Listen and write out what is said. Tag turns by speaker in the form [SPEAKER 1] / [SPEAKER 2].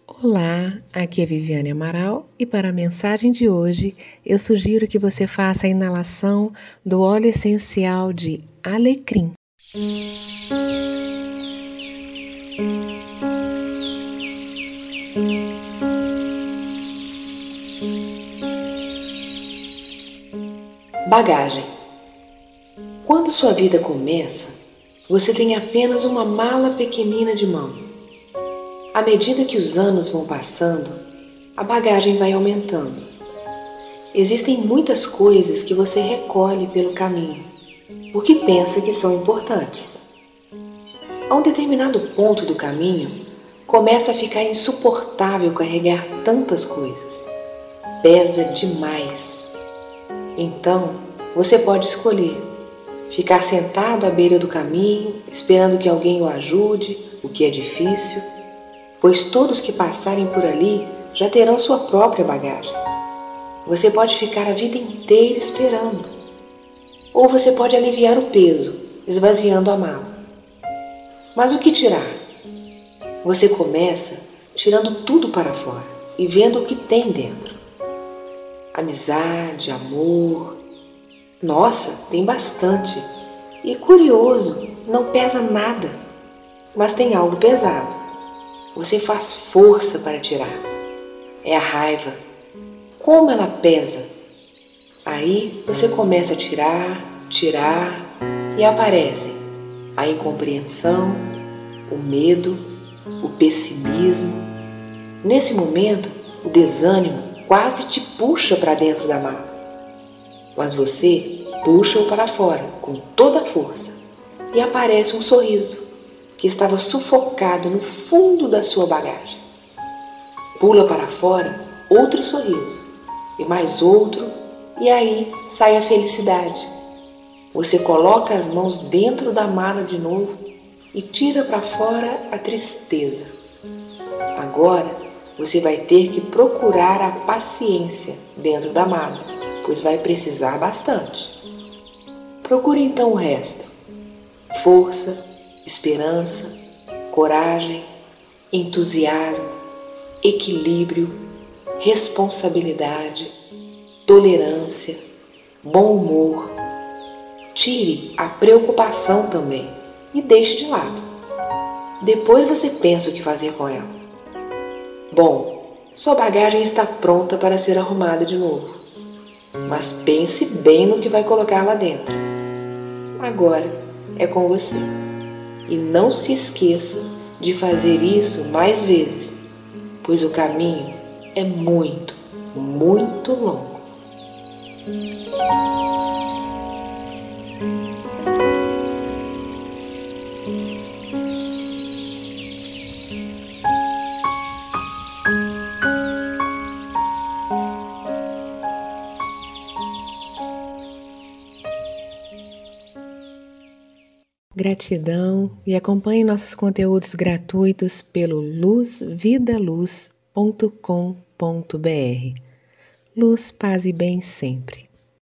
[SPEAKER 1] Olá, aqui é Viviane Amaral e para a mensagem de hoje eu sugiro que você faça a inalação do óleo essencial de alecrim.
[SPEAKER 2] Bagagem. Quando sua vida começa, você tem apenas uma mala pequenina de mão. À medida que os anos vão passando, a bagagem vai aumentando. Existem muitas coisas que você recolhe pelo caminho, porque pensa que são importantes. A um determinado ponto do caminho, começa a ficar insuportável carregar tantas coisas. Pesa demais. Então, você pode escolher ficar sentado à beira do caminho, esperando que alguém o ajude, o que é difícil, pois todos que passarem por ali já terão sua própria bagagem. Você pode ficar a vida inteira esperando, ou você pode aliviar o peso, esvaziando a mala. Mas o que tirar? Você começa tirando tudo para fora e vendo o que tem dentro. Amizade, amor. Nossa, tem bastante. E curioso, não pesa nada, mas tem algo pesado. Você faz força para tirar. É a raiva. Como ela pesa! Aí você começa a tirar e aparecem a incompreensão, o medo, o pessimismo. Nesse momento, o desânimo quase te puxa para dentro da mala. Mas você puxa-o para fora com toda a força e aparece um sorriso que estava sufocado no fundo da sua bagagem. Pula para fora outro sorriso e mais outro, e aí sai a felicidade. Você coloca as mãos dentro da mala de novo e tira para fora a tristeza. Agora você vai ter que procurar a paciência dentro da mala, pois vai precisar bastante. Procure então o resto: força, esperança, coragem, entusiasmo, equilíbrio, responsabilidade, tolerância, bom humor. Tire a preocupação também e deixe de lado. Depois você pensa o que fazer com ela. Bom, sua bagagem está pronta para ser arrumada de novo, mas pense bem no que vai colocar lá dentro. Agora é com você. E não se esqueça de fazer isso mais vezes, pois o caminho é muito, muito longo.
[SPEAKER 1] Gratidão e acompanhe nossos conteúdos gratuitos pelo luzvidaluz.com.br. Luz, paz e bem sempre.